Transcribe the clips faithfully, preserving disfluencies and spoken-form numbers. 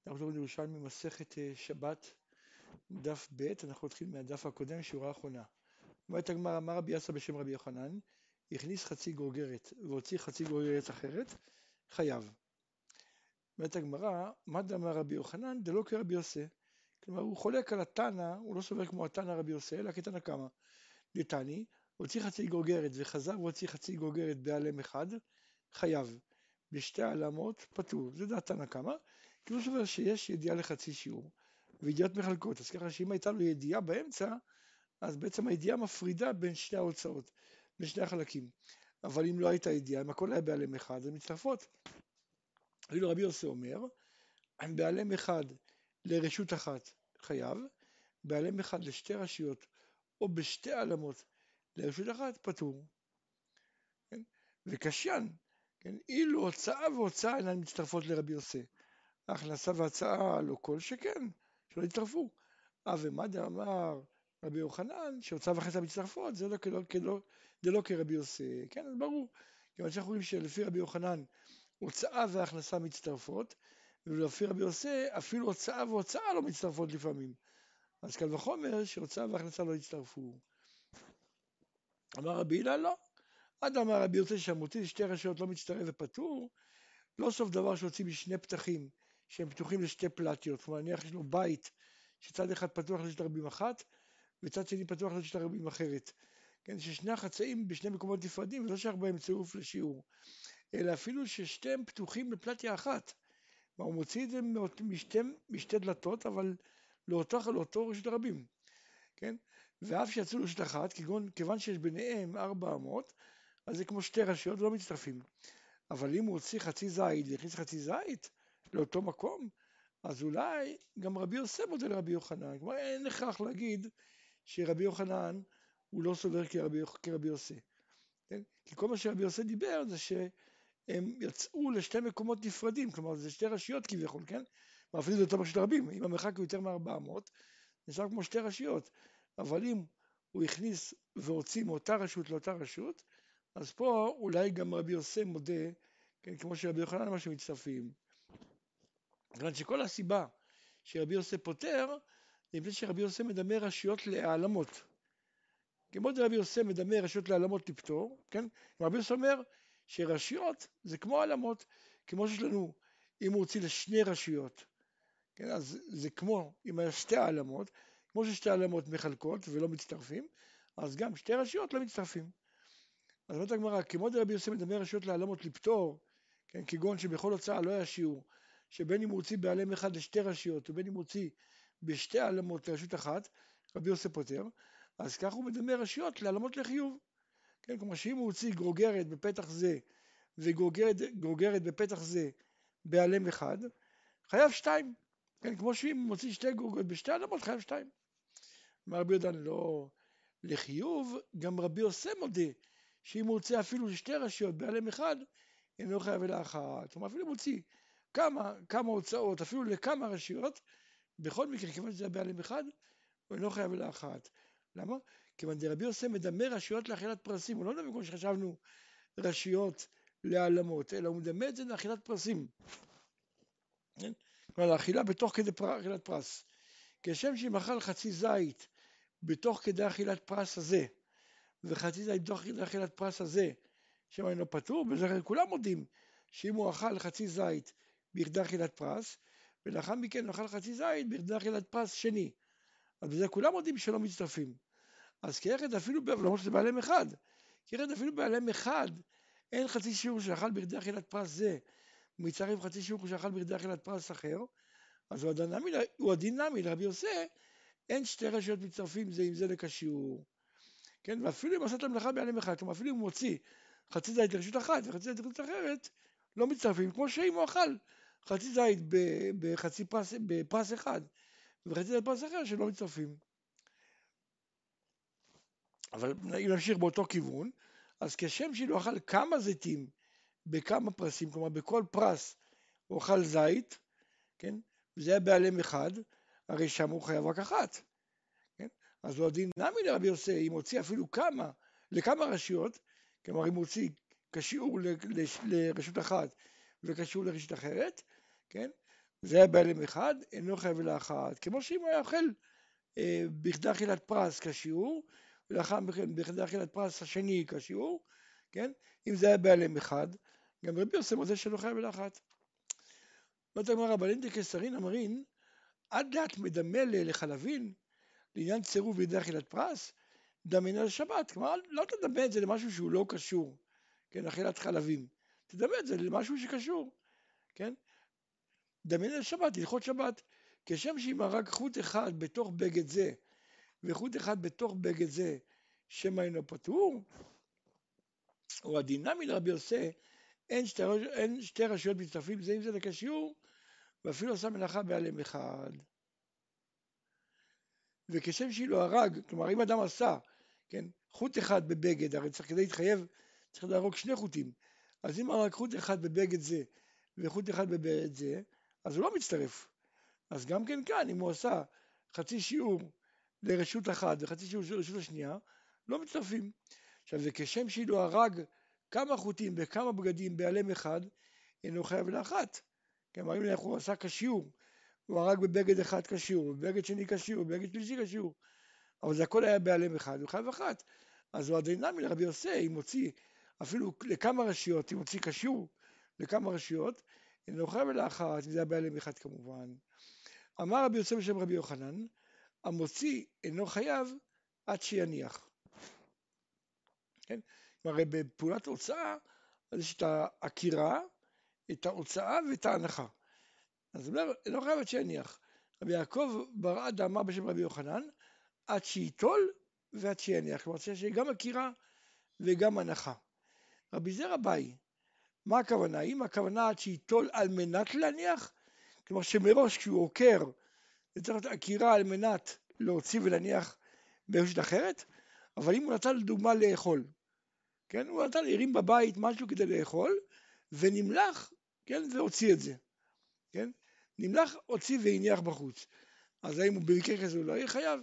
אנחנו מדברים ירושלמי מסכת אה, שבת, דף ב', אנחנו נתחיל מהדף הקודם, שורה האחרונה. אומרת הגמרא, אמר רבי יאסר בשם רבי יוחנן, הכניס חצי גרוגרת והוציא חצי גרוגרת אחרת, חייב. אומרת הגמרא, מה דאמר רבי יוחנן דלא כרבי יוסי. כלומר, הוא חולק על התנא, הוא לא סובר כמו התנא רבי יוסי, אלא כתנא קמא. דתני, הוציא חצי גרוגרת וחזר והוציא חצי גרוגרת בעלם אחד, חייב. בשתי העלמות פטור. זה דעת תנא קמא, כי הוא סובר שיש ידיעה לחצי שיעור וידיעות מחלקות. אז ככה שאם הייתה לו ידיעה באמצע, אז בעצם הידיעה מפרידה בין שתי ההוצאות, בין שני החלקים. אבל אם לא הייתה ידיעה, אם הכל היה בעלם אחד, הן מצטרפות. אפילו רבי יוסי אומר, בעלם אחד לרשות אחת חייב, בעלם אחד לשתי רשויות או בשתי עלמות לרשות אחת פטור. כן? וקשיין, כן? אילו הוצאה והוצאה אינן מצטרפות לרבי יוסי, הכנסה והצעה לא כל שכן, שלא יצטרפו. אה, ומה דאמר רבי יוחנן, שהוצאה והכנסה מצטרפות, זה לא, כלא, כלא, זה לא כרבי יוסי. כן, אז ברור. כיוון שאנחנו רואים שלפי רבי יוחנן, הוצאה והכנסה מצטרפות, ולפי רבי יוסי, אפילו הוצאה והוצאה לא מצטרפות לפעמים. אז קל וחומר שהוצאה והכנסה לא יצטרפו. אמר רבי הילה לא. עד אמר רבי יוסי שהמוציא שתי רשויות לא מצטרף ופטור, לא סוף דבר שהוציא משני פתחים שהם פתוחים לשתי פלטיות. כלומר, נניח יש לו בית שצד אחד פתוח לשת הרבים אחת, וצד שני פתוח לשת הרבים אחרת. כן, ששני החצאים בשני מקומות נפרדים, ולא שייך בהם צירוף לשיעור, אלא אפילו ששתיהם פתוחים לפלטיה אחת. כלומר, הוא מוציא את זה משתי, משתי דלתות, אבל לאותו, לאותו רשות הרבים. כן? ואף שיצאו לרשות אחת, כגון, כיוון שיש ביניהם ארבע אמות, אז זה כמו שתי רשויות ולא מצטרפים. אבל אם הוא הוציא חצי זית והכניס חצי זית לאותו מקום, אז אולי גם רבי יוסי מודה לרבי יוחנן. כלומר, אין הכרח להגיד שרבי יוחנן הוא לא סובר כרבי, כרבי יוסי. כן? כי כל מה שרבי יוסי דיבר זה שהם יצאו לשתי מקומות נפרדים, כלומר זה שתי רשויות כביכול, כן? אפילו זה יותר של רבים, אם המרחק הוא יותר מ-ארבע מאות, נשאר כמו שתי רשויות. אבל אם הוא הכניס והוציא מאותה רשות לאותה רשות, אז פה אולי גם רבי יוסי מודה, כן, כמו שרבי יוחנן אמר שמצטרפים. כיוון שכל הסיבה שרבי יוסי פותר, זה מפני שרבי יוסי מדמה רשויות להעלמות. כמו דרבי יוסי מדמה רשויות להעלמות לפטור, כן? רבי יוסי אומר שרשויות זה כמו העלמות, כמו שיש לנו, אם הוא הוציא לשני רשויות, כן? אז זה כמו, אם היה שתי העלמות, כמו ששתי העלמות מחלקות ולא מצטרפים, אז גם שתי רשויות לא מצטרפים. אז אומרת הגמרא, כמו דרבי יוסי מדמה רשויות להעלמות לפטור, כן? כגון שבכל הוצאה לא היה שיעור, שבין אם הוא הוציא בעלם אחד לשתי רשויות, ובין אם הוא הוציא בשתי העלמות לרשות אחת, רבי יוסי פותר, אז כך הוא מדמה רשויות להעלמות לחיוב. כן? כלומר שאם הוא הוציא גרוגרת בפתח זה, וגרוגרת בפתח זה בעלם אחד, חייב שתיים. כן? כמו שאם הוא מוציא שתי גרוגרות בשתי העלמות, חייב שתיים. אמר רבי יהודה לא לחיוב, גם רבי יוסי מודה, שאם הוא הוציא אפילו שתי רשויות בעלם אחד, אינו חייב אלא אחת. כלומר אפילו מוציא כמה, כמה הוצאות, אפילו לכמה רשויות, בכל מקרה, כיוון שזה בעלם אחד, הוא אינו חייב אלא אחת. למה? כיוון דרבי יוסי מדמה רשויות לאכילת פרסים, הוא לא מדמה כמו שחשבנו רשויות להעלמות, אלא הוא מדמה את זה לאכילת פרסים. כן? כלומר, לאכילה בתוך כדי פר... אכילת פרס. כשם שאם אכל חצי זית בתוך כדי אכילת פרס הזה, וחצי זית בתוך כדי אכילת פרס הזה, שם אינו פטור, בזה כולם מודים שאם הוא אכל חצי זית בכדי אכילת פרס, ולאחר מכן הוא אכל חצי זית בכדי אכילת פרס שני. אז בזה כולם יודעים שלא מצטרפים. אז כיחד אפילו, למרות שזה בעלם אחד, כיחד אפילו בעלם אחד, אין חצי שיעור שאכל בכדי אכילת פרס זה, מצטרף חצי שיעור שאכל בכדי אכילת פרס אחר, אז הוא הדין נמי, הוא הדין נמי לרבי יוסי, אין שתי רשויות מצטרפים זה עם זה לכשיעור. כן, ואפילו אם עשה את המלאכה בעלם אחד, כלומר אפילו אם הוא מוציא חצי זית לרשות אחת וחצי זית לרשות אחרת, לא מצטרפים, כמו שאם הוא אכל חצי זית בחצי פרס, בפרס אחד, וחצי זית בפרס אחר שלא מצטרפים. אבל אם נמשיך באותו כיוון, אז כשם שאילו אכל כמה זיתים בכמה פרסים, כלומר בכל פרס הוא אכל זית, כן? וזה היה בעלם אחד, הרי שם הוא חייב רק אחת. כן? אז לא הדין נמי לרבי יוסי, אם הוציא אפילו כמה, לכמה רשויות, כלומר אם הוציא כשיעור לרשות אחת וכשיעור לרשות אחרת, כן? זה היה בהלם אחד, אינו חייב אלא אחת. כמו שאם הוא היה אוכל אה, בכדי אכילת פרס כשיעור, ולאחר מכן בכדי אכילת פרס השני כשיעור, כן? אם זה היה בהלם אחד, גם רבי יוסי מודה שלא חייב אלא אחת. אומרת הגמרא, אבל אין דקסרין אמרין, עד לאט מדמה לחלבין, לעניין צירוף בידי אכילת פרס, דמין על שבת. כלומר, לא תדמה את זה למשהו שהוא לא קשור, כן, אכילת חלבים. תדמה את זה למשהו שקשור, כן? דמין על שבת, הלכות שבת. כשם שאם הרג חוט אחד בתוך בגד זה, וחוט אחד בתוך בגד זה, שמא אינו פטור, או הדינמי לרבי יוסי, אין שתי, אין שתי רשויות מצטרפים זה עם זה לכשיעור, ואפילו עשה מלאכה בהלם אחד. וכשם שאילו הרג, כלומר אם אדם עשה, כן, חוט אחד בבגד, הרי צריך כדי להתחייב, צריך להרוג שני חוטים, אז אם הרג חוט אחד בבגד זה, וחוט אחד בבגד זה, אז הוא לא מצטרף. אז גם כן כאן, אם הוא עשה חצי שיעור לרשות אחת וחצי שיעור לרשות השנייה, לא מצטרפים. עכשיו, וכשם שאילו הרג כמה חוטים בכמה בגדים בהלם אחד, אינו חייב לאחת. כלומר, אם הוא עשה כשיעור, הוא הרג בבגד אחד כשיעור, בבגד שני כשיעור, בבגד שלישי כשיעור, אבל זה הכל היה בהלם אחד, הוא חייב אחת. אז הוא הדינמי לרבי יוסי, אם מוציא אפילו לכמה רשויות, אם מוציא כשיעור לכמה רשויות, אינו חייב אלא אחת, וזה היה בהלם אחד כמובן. אמר רבי יוסי בשם רבי יוחנן, המוציא אינו חייב עד שיניח. כן? הרי בפעולת הוצאה, אז יש את העקירה, את ההוצאה ואת ההנחה. אז הוא אומר, אינו חייב עד שיניח. רבי יעקב בר עדה אמר בשם רבי יוחנן, עד שייטול ועד שיניח. כלומר, שיש גם עקירה וגם הנחה. רבי זרע באי, מה הכוונה? האם הכוונה עד שייטול על מנת להניח? כלומר שמראש כשהוא עוקר, זה צריך להיות עקירה על מנת להוציא ולהניח ברשת אחרת, אבל אם הוא נתן לדוגמה לאכול, כן, הוא נתן, הרים בבית משהו כדי לאכול, ונמלח, כן, והוציא את זה, כן, נמלח, הוציא והניח בחוץ. אז האם הוא במקרה כזה הוא לא יהיה חייב?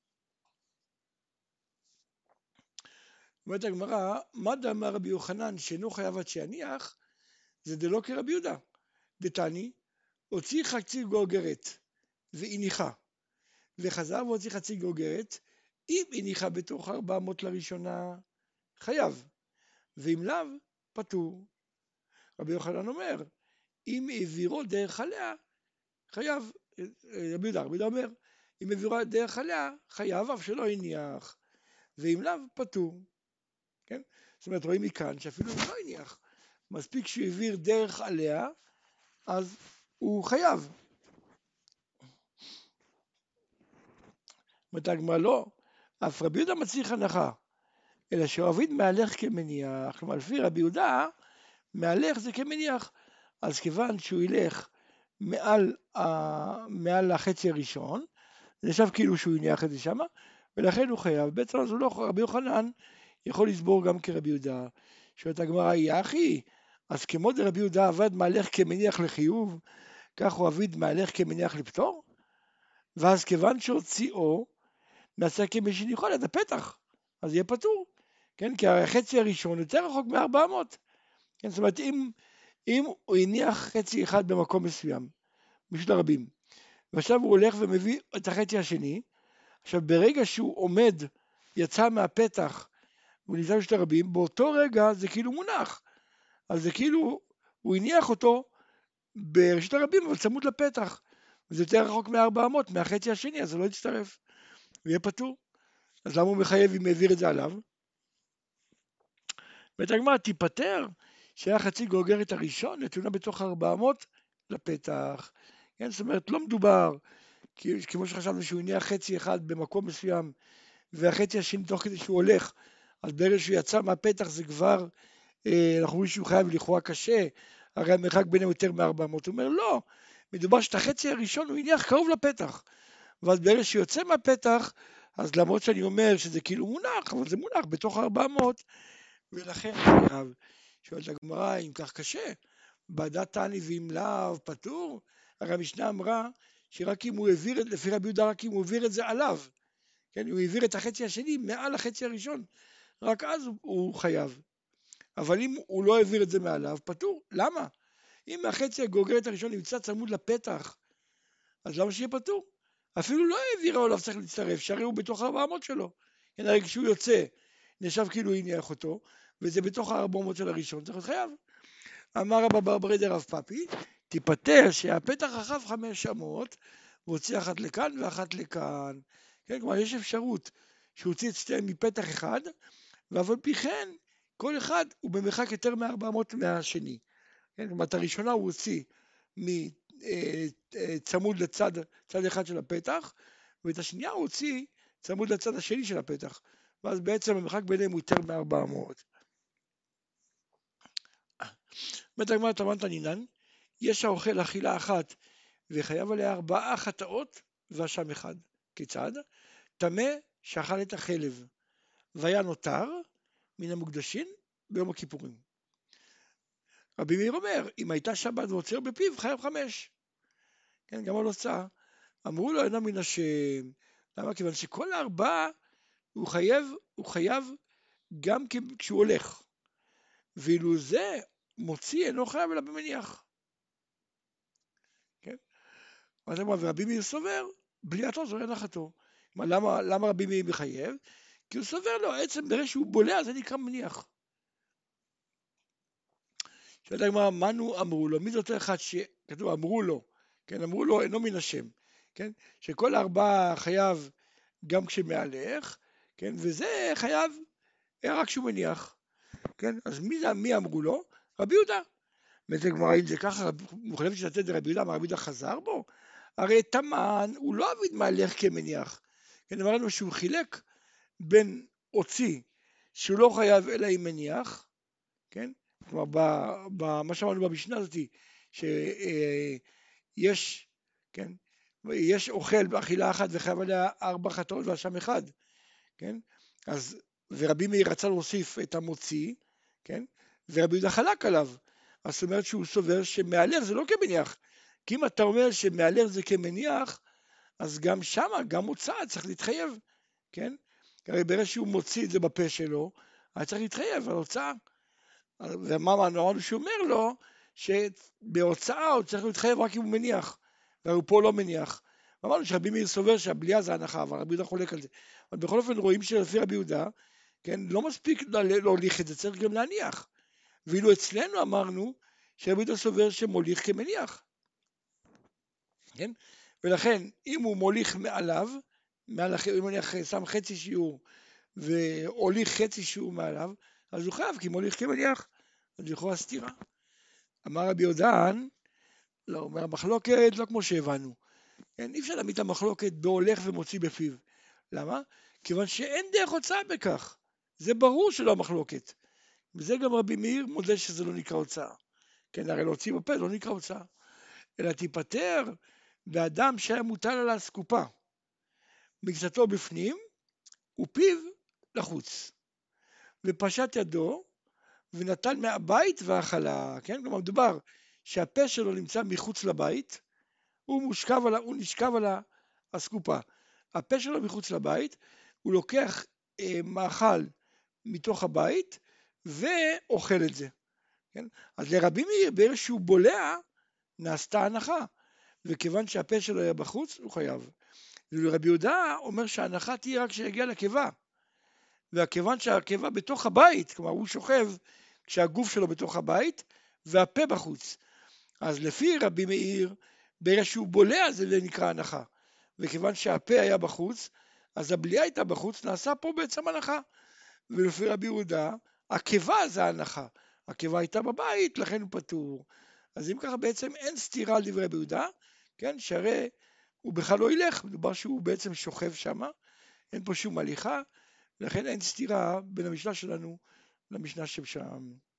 אומרת הגמרא, מה דאמר רבי יוחנן שאינו חייב עד שיניח, זה דלא כרבי יהודה. דתני, הוציא חצי גוגרת והניחה, וחזר והוציא חצי גוגרת, אם הניחה בתוך ארבע מאות לראשונה, חייב, ואם לאו, פטור. רבי יוחנן אומר, אם העבירו דרך עליה, חייב. רבי יהודה, רבי יהודה אומר, אם העבירו דרך עליה, חייב, אף שלא הניח, ואם לאו, פטור. כן? זאת אומרת, רואים מכאן שאפילו אם לא הניח, מספיק שהוא העביר דרך עליה, אז הוא חייב. אומרת הגמרא לא, אף רבי יהודה מצריך הנחה, אלא שהעביד מהלך כמניח. כלומר, לפי רבי יהודה, מהלך זה כמניח. אז כיוון שהוא ילך מעל, ה... מעל החצי הראשון, זה נחשב כאילו שהוא הניח את זה שמה, ולכן הוא חייב. בעצם אז הוא לא, רבי יוחנן יכול לסבור גם כרבי יהודה. שואלת הגמרא, יחי, אז כמו דרבי יהודה עבד מהלך כמניח לחיוב, כך הוא עביד מהלך כמניח לפטור? ואז כיוון שהוציאו, נעשה כמי שניחו ליד הפתח, אז יהיה פטור. כן, כי החצי הראשון יותר רחוק מ-ארבע מאות. כן, זאת אומרת, אם, אם הוא הניח חצי אחד במקום מסוים, בשביל הרבים, ועכשיו הוא הולך ומביא את החצי השני, עכשיו ברגע שהוא עומד, יצא מהפתח, והוא נמצא בשביל הרבים, באותו רגע זה כאילו מונח. אז זה כאילו, הוא הניח אותו ברשת הרבים, אבל צמוד לפתח. וזה יותר רחוק מ-ארבע מאות, מהחצי השני, אז זה לא יצטרף. ויהיה פטור. אז למה הוא מחייב אם העביר את זה עליו? ואת הגמרא תיפטר שהיה חצי גוגרת הראשון נתונה בתוך ארבע מאות לפתח. כן, זאת אומרת, לא מדובר, כמו שחשבנו שהוא הניח חצי אחד במקום מסוים, והחצי השני תוך כדי שהוא הולך, אז ברגע שהוא יצא מהפתח זה כבר, אה, אנחנו רואים שהוא חייב לכאורה קשה, הרי המרחק ביניהם יותר מ-ארבע מאות. הוא אומר, לא, מדובר שאת החצי הראשון הוא הניח קרוב לפתח, ואז ברגע שהוא יוצא מהפתח, אז למרות שאני אומר שזה כאילו מונח, אבל זה מונח בתוך ארבע מאות, ולכן חייב. שואלת הגמרא, אם כך קשה, בעדת תני ואם לאו פטור, הרי המשנה אמרה שרק אם הוא העביר, לפי רבי יהודה, רק אם הוא העביר את זה עליו, כן, הוא העביר את החצי השני מעל החצי הראשון, רק אז הוא חייב. אבל אם הוא לא העביר את זה מעליו, פטור. למה? אם החצי הגוגרת הראשון נמצא צמוד לפתח, אז למה שיהיה פטור? אפילו לא העבירה עליו צריך להצטרף, שהרי הוא בתוך ארבע אמות שלו. כן, הרי כשהוא יוצא, נחשב כאילו הניח אותו, וזה בתוך הארבע אמות של הראשון, צריך להיות חייב. אמר רבא ברברי דרב פאפי, תיפטר שהפתח רחב חמש אמות, והוציא אחת לכאן ואחת לכאן. כן, כלומר יש אפשרות שהוציא את שתיהם מפתח אחד, ואף על פי כן, כל אחד הוא במרחק יותר מארבע אמות מהשני. כן, כלומר את הראשונה הוא הוציא מצמוד לצד צד אחד של הפתח, ואת השנייה הוא הוציא צמוד לצד השני של הפתח, ואז בעצם המרחק ביניהם הוא יותר מארבע אמות. אומרת הגמרא תמן תנינן, יש האוכל אכילה אחת וחייב עליה ארבעה חטאות ואשם אחד. כיצד? טמא שאכל את החלב והיה נותר מן המוקדשים ביום הכיפורים. רבי מאיר אומר, אם הייתה שבת ועוצר בפיו חייב חמש. כן, גם על הוצאה. אמרו לו אינו מן השם. למה? כיוון שכל הארבעה הוא חייב, הוא חייב גם כשהוא הולך. ואילו זה מוציא אינו חייב אלא במניח. כן? אז אמרו, ורבי מאיר סובר, בליעתו זו הנחתו. למה, למה רבי מאיר מחייב? כי הוא סובר לו, עצם ברגע שהוא בולע זה נקרא מניח. שואלת הגמרא, מנו אמרו לו? מי זה אותו אחד שכתוב אמרו לו? כן, אמרו לו אינו מן השם. כן? שכל ארבעה חייב גם כשמהלך, כן? וזה חייב רק כשהוא מניח. כן? אז מי, מי אמרו לו? רבי יהודה. וזה גמרא, אם זה ככה, מוכנים שתתת את רבי יהודה, מה רבי יהודה חזר בו? הרי תמן הוא לא עביד מהלך כמניח. כן, אמרנו שהוא חילק בין הוציא, שהוא לא חייב אלא אם מניח, כן? כלומר, במה שאמרנו במשנה הזאת, שיש, כן? יש אוכל באכילה אחת וחייב עליה ארבע חטאות ואשם אחד, כן? אז, ורבי מאיר רצה להוסיף את המוציא, כן? ורבי יהודה חלק עליו. אז זאת אומרת שהוא סובר שמהלך זה לא כמניח. כי אם אתה אומר שמהלך זה כמניח, אז גם שמה, גם מוצאה צריך להתחייב, כן? הרי ברגע שהוא מוציא את זה בפה שלו, אז צריך להתחייב על הוצאה. ומה אמרנו שהוא אומר לו, שבהוצאה הוא צריך להתחייב רק אם הוא מניח, והוא פה לא מניח. אמרנו שרבי מאיר סובר שהבליעה זה הנחה, אבל רבי יהודה חולק על זה. אבל בכל אופן רואים שלפי רבי יהודה, כן, לא מספיק להוליך את זה, צריך גם להניח. ואילו אצלנו אמרנו שרבי יהודה סובר שמוליך כמניח. כן? ולכן אם הוא מוליך מעליו, מעל, אם הוא שם חצי שיעור והוליך חצי שיעור מעליו, אז הוא חייב כי מוליך כמניח. אז לכאורה סתירה. אמר רבי יהודן, לא, אומר המחלוקת לא כמו שהבנו. כן? אי אפשר להעמיד את המחלוקת בהולך ומוציא בפיו. למה? כיוון שאין דרך הוצאה בכך. זה ברור שלא המחלוקת. וזה גם רבי מאיר מודה שזה לא נקרא הוצאה. כן, הרי להוציא בפה לא נקרא הוצאה. אלא תיפטר באדם שהיה מוטל על האסקופה. מקצתו בפנים ופיו לחוץ. ופשט ידו ונתן מהבית ואכלה. כן, כלומר מדובר שהפה שלו נמצא מחוץ לבית, הוא מושכב על, הוא נשכב על האסקופה. הפה שלו מחוץ לבית, הוא לוקח אה, מאכל מתוך הבית ואוכל את זה. כן? אז לרבי מאיר ברגע שהוא בולע נעשתה הנחה, וכיוון שהפה שלו היה בחוץ הוא חייב. ורבי יהודה אומר שההנחה תהיה רק כשיגיע לקיבה, והכיוון שהקיבה בתוך הבית, כלומר הוא שוכב כשהגוף שלו בתוך הבית והפה בחוץ. אז לפי רבי מאיר ברגע שהוא בולע זה נקרא הנחה, וכיוון שהפה היה בחוץ אז הבליעה הייתה בחוץ, נעשה פה בעצם הנחה. ולפי רבי יהודה הקיבה זה ההנחה, הקיבה הייתה בבית לכן הוא פטור. אז אם ככה בעצם אין סתירה על דברי רבי יהודה, כן, שהרי הוא בכלל לא ילך, מדובר שהוא בעצם שוכב שם, אין פה שום הליכה, לכן אין סתירה בין המשנה שלנו למשנה שבשם.